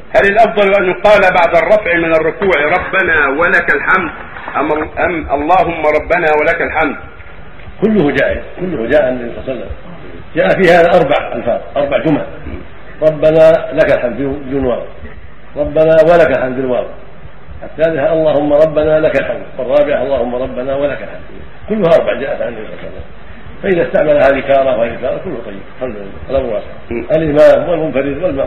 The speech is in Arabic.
هل الأفضل أن يقال بعد الرفع من الركوع ربنا ولك الحمد أم اللهم ربنا ولك الحمد؟ كله جائز، كله جاء عن النبي صلى الله عليه وسلم، جاء في هذا 4 ألفاظ 4 جمل: ربنا لك الحمد بدون واو، ربنا ولك الحمد بالواو، الثالثة اللهم ربنا لك الحمد، والرابعة اللهم ربنا ولك الحمد. كلها 4 جاءت عن النبي صلى الله عليه وسلم، فإذا استعمل هذه كارة وهذه كارة كله طيب الحمد لله. الأمر واسع، الإمام والمنفرد والمأموم.